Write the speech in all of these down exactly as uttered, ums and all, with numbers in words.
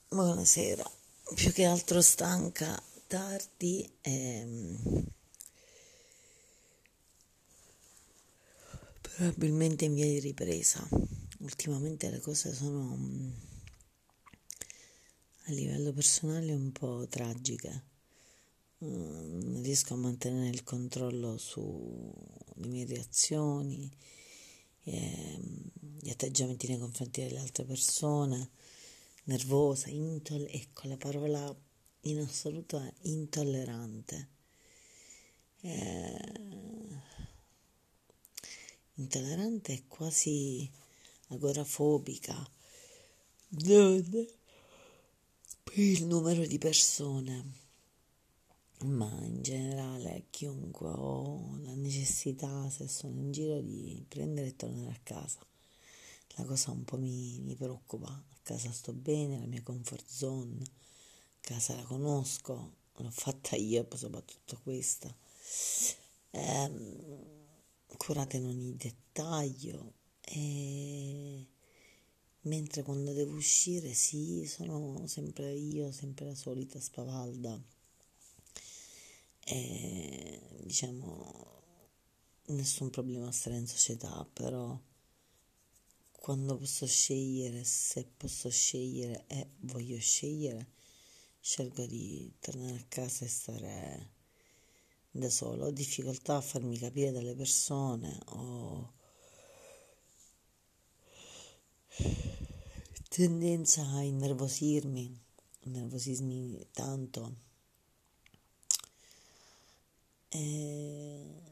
Buonasera, più che altro stanca, tardi e probabilmente in via di ripresa. Ultimamente le cose sono mm, a livello personale un po' tragiche. Mm, Non riesco a mantenere il controllo sulle mie reazioni, ehm, gli atteggiamenti nei confronti delle altre persone, nervosa, intoll- ecco la parola in assoluto è intollerante. Eh, intollerante e quasi agorafobica, non per il numero di persone, ma in generale chiunque ho la necessità, se sono in giro, di prendere e tornare a casa. La cosa un po' mi, mi preoccupa. A casa sto bene, la mia comfort zone, a casa la conosco, l'ho fatta io, soprattutto questa. Ehm, curata in ogni dettaglio, e mentre quando devo uscire, sì, sono sempre io, sempre la solita spavalda. E diciamo, nessun problema a stare in società, però quando posso scegliere, se posso scegliere e voglio scegliere, scelgo di tornare a casa e stare da solo. Ho difficoltà a farmi capire dalle persone, ho tendenza a innervosirmi, innervosirmi tanto. E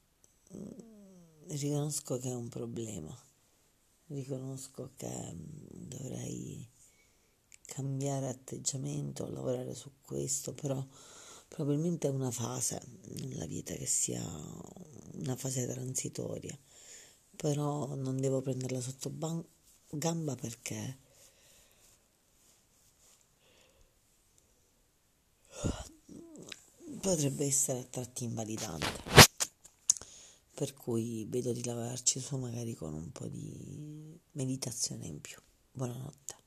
riconosco che è un problema, riconosco che mm, dovrei cambiare atteggiamento, lavorare su questo, però probabilmente è una fase nella vita che sia una fase transitoria, però non devo prenderla sotto ban- gamba perché potrebbe essere a tratti invalidante, per cui vedo di lavorarci su magari con un po' di meditazione in più. Buonanotte.